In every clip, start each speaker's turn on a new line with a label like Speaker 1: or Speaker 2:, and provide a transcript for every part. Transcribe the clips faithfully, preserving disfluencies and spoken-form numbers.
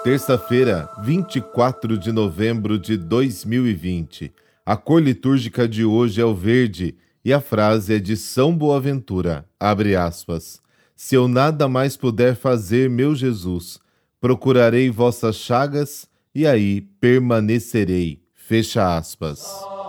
Speaker 1: Terça-feira, vinte e quatro de novembro de dois mil e vinte. A cor litúrgica de hoje é o verde e a frase é de São Boaventura, abre aspas. Se eu nada mais puder fazer, meu Jesus, procurarei vossas chagas e aí permanecerei, fecha aspas.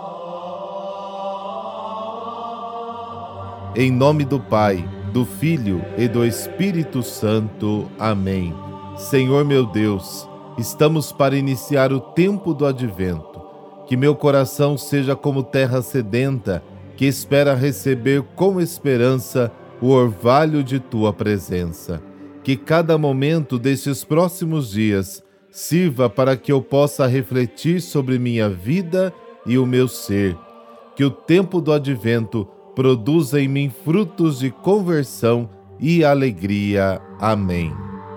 Speaker 1: Em nome do Pai, do Filho e do Espírito Santo. Amém. Senhor meu Deus, estamos para iniciar o tempo do advento. Que meu coração seja como terra sedenta, que espera receber com esperança o orvalho de tua presença. Que cada momento destes próximos dias sirva para que eu possa refletir sobre minha vida e o meu ser. Que o tempo do advento produza em mim frutos de conversão e alegria. Amém.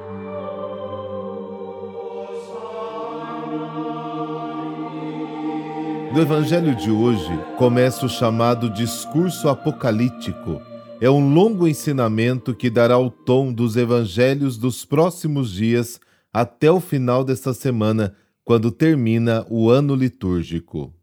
Speaker 1: No Evangelho de hoje, começa o chamado discurso apocalíptico. É um longo ensinamento que dará o tom dos evangelhos dos próximos dias até o final desta semana, quando termina o ano litúrgico.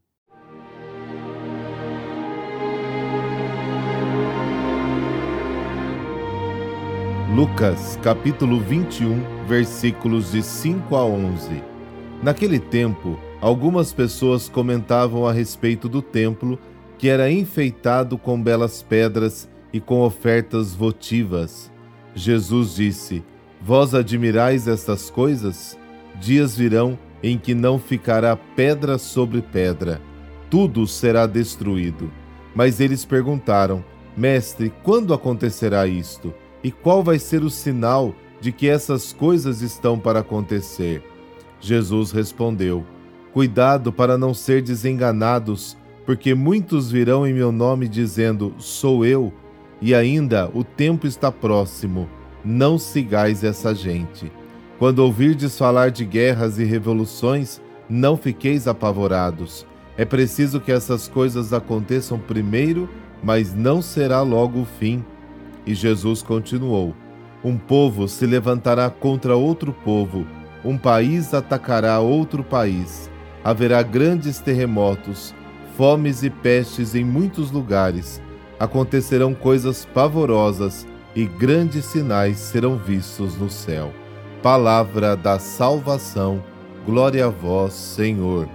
Speaker 1: Lucas, capítulo vinte e um, versículos de cinco a onze. Naquele tempo, algumas pessoas comentavam a respeito do templo, que era enfeitado com belas pedras e com ofertas votivas. Jesus disse: Vós admirais estas coisas? Dias virão em que não ficará pedra sobre pedra, tudo será destruído. Mas eles perguntaram: Mestre, quando acontecerá isto? E qual vai ser o sinal de que essas coisas estão para acontecer? Jesus respondeu: Cuidado para não serdes enganados, porque muitos virão em meu nome dizendo, sou eu, e ainda o tempo está próximo. Não sigais essa gente. Quando ouvirdes falar de guerras e revoluções, não fiqueis apavorados. É preciso que essas coisas aconteçam primeiro, mas não será logo o fim. E Jesus continuou: Um povo se levantará contra outro povo, um país atacará outro país. Haverá grandes terremotos, fomes e pestes em muitos lugares. Acontecerão coisas pavorosas e grandes sinais serão vistos no céu. Palavra da salvação. Glória a vós, Senhor.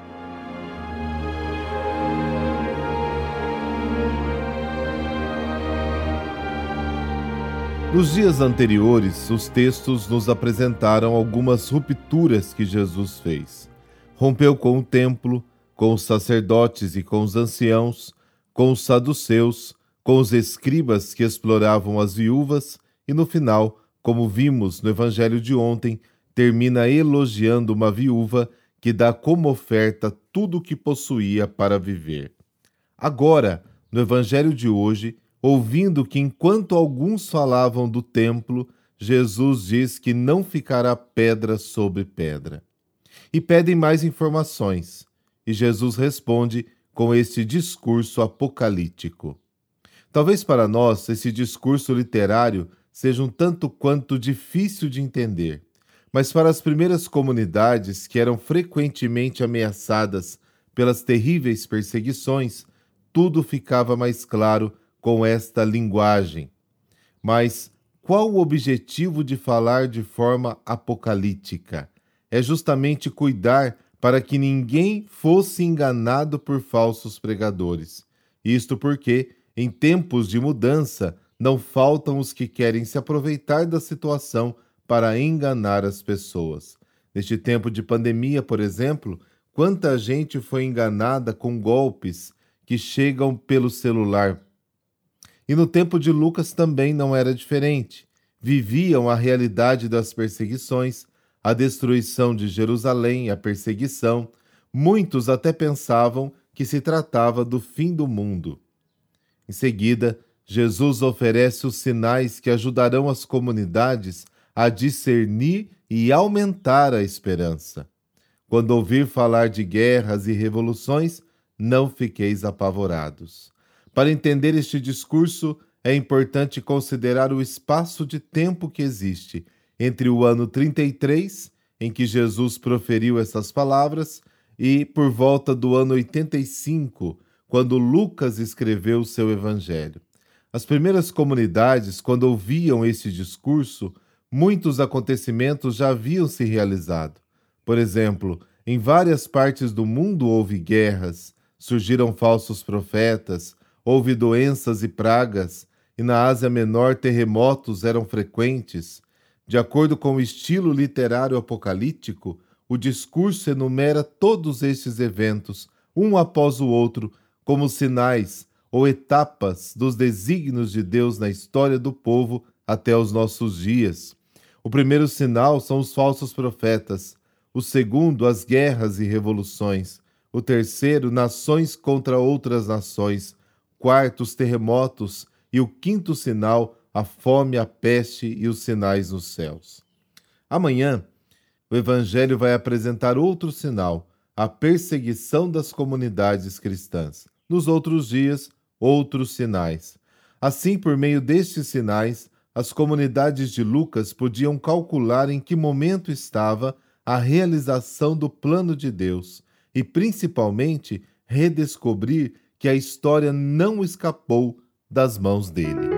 Speaker 1: Nos dias anteriores, os textos nos apresentaram algumas rupturas que Jesus fez. Rompeu com o templo, com os sacerdotes e com os anciãos, com os saduceus, com os escribas que exploravam as viúvas e, no final, como vimos no Evangelho de ontem, termina elogiando uma viúva que dá como oferta tudo o que possuía para viver. Agora, no Evangelho de hoje, ouvindo que enquanto alguns falavam do templo, Jesus diz que não ficará pedra sobre pedra. E pedem mais informações, e Jesus responde com este discurso apocalíptico. Talvez para nós esse discurso literário seja um tanto quanto difícil de entender, mas para as primeiras comunidades que eram frequentemente ameaçadas pelas terríveis perseguições, tudo ficava mais claro com esta linguagem. Mas qual o objetivo de falar de forma apocalíptica? É justamente cuidar para que ninguém fosse enganado por falsos pregadores. Isto porque, em tempos de mudança, não faltam os que querem se aproveitar da situação para enganar as pessoas. Neste tempo de pandemia, por exemplo, quanta gente foi enganada com golpes que chegam pelo celular. E no tempo de Lucas também não era diferente. Viviam a realidade das perseguições, a destruição de Jerusalém, a perseguição. Muitos até pensavam que se tratava do fim do mundo. Em seguida, Jesus oferece os sinais que ajudarão as comunidades a discernir e aumentar a esperança. Quando ouvir falar de guerras e revoluções, não fiqueis apavorados. Para entender este discurso, é importante considerar o espaço de tempo que existe entre o ano trinta e três em que Jesus proferiu essas palavras e por volta do ano oitenta e cinco, quando Lucas escreveu seu evangelho. As primeiras comunidades, quando ouviam esse discurso, muitos acontecimentos já haviam se realizado. Por exemplo, em várias partes do mundo houve guerras, surgiram falsos profetas, houve doenças e pragas, e na Ásia Menor terremotos eram frequentes. De acordo com o estilo literário apocalíptico, o discurso enumera todos estes eventos, um após o outro, como sinais ou etapas dos desígnios de Deus na história do povo até os nossos dias. O primeiro sinal são os falsos profetas, o segundo, as guerras e revoluções, o terceiro, nações contra outras nações, quarto, os terremotos, e o quinto sinal, a fome, a peste e os sinais nos céus. Amanhã, o Evangelho vai apresentar outro sinal, a perseguição das comunidades cristãs. Nos outros dias, outros sinais. Assim, por meio destes sinais, as comunidades de Lucas podiam calcular em que momento estava a realização do plano de Deus e, principalmente, redescobrir que a história não escapou das mãos dele.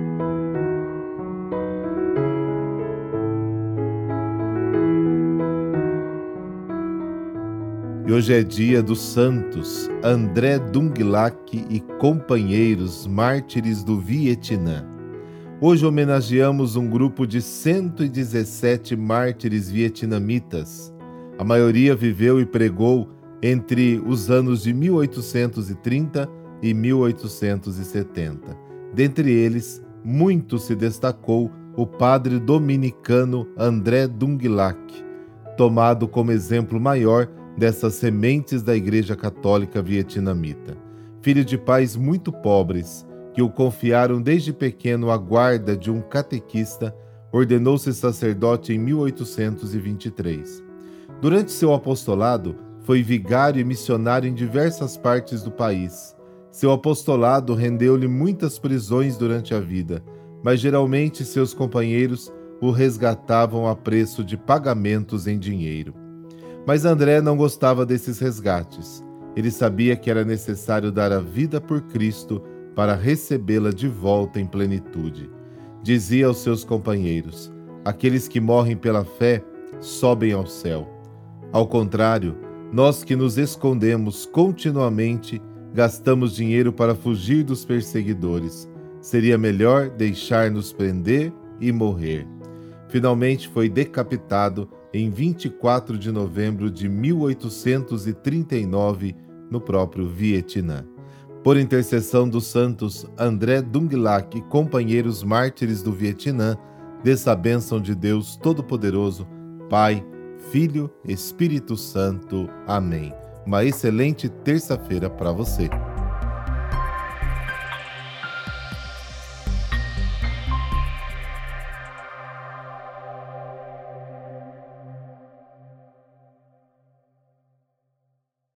Speaker 1: E hoje é dia dos santos André Dunglac e companheiros mártires do Vietnã. Hoje homenageamos um grupo de cento e dezessete mártires vietnamitas. A maioria viveu e pregou entre os anos de mil oitocentos e trinta e mil oitocentos e setenta. Dentre eles, muito se destacou o padre dominicano André Dunglac, tomado como exemplo maior dessas sementes da Igreja Católica Vietnamita. Filho de pais muito pobres, que o confiaram desde pequeno à guarda de um catequista, ordenou-se sacerdote em mil oitocentos e vinte e três. Durante seu apostolado, foi vigário e missionário em diversas partes do país. Seu apostolado rendeu-lhe muitas prisões durante a vida, mas geralmente seus companheiros o resgatavam a preço de pagamentos em dinheiro. Mas André não gostava desses resgates. Ele sabia que era necessário dar a vida por Cristo para recebê-la de volta em plenitude. Dizia aos seus companheiros: aqueles que morrem pela fé sobem ao céu. Ao contrário, nós que nos escondemos continuamente gastamos dinheiro para fugir dos perseguidores. Seria melhor deixar-nos prender e morrer. Finalmente foi decapitado em vinte e quatro de novembro de mil oitocentos e trinta e nove, no próprio Vietnã. Por intercessão dos santos André Dunglac e companheiros mártires do Vietnã, dessa bênção de Deus Todo-Poderoso, Pai, Filho, Espírito Santo. Amém. Uma excelente terça-feira para você.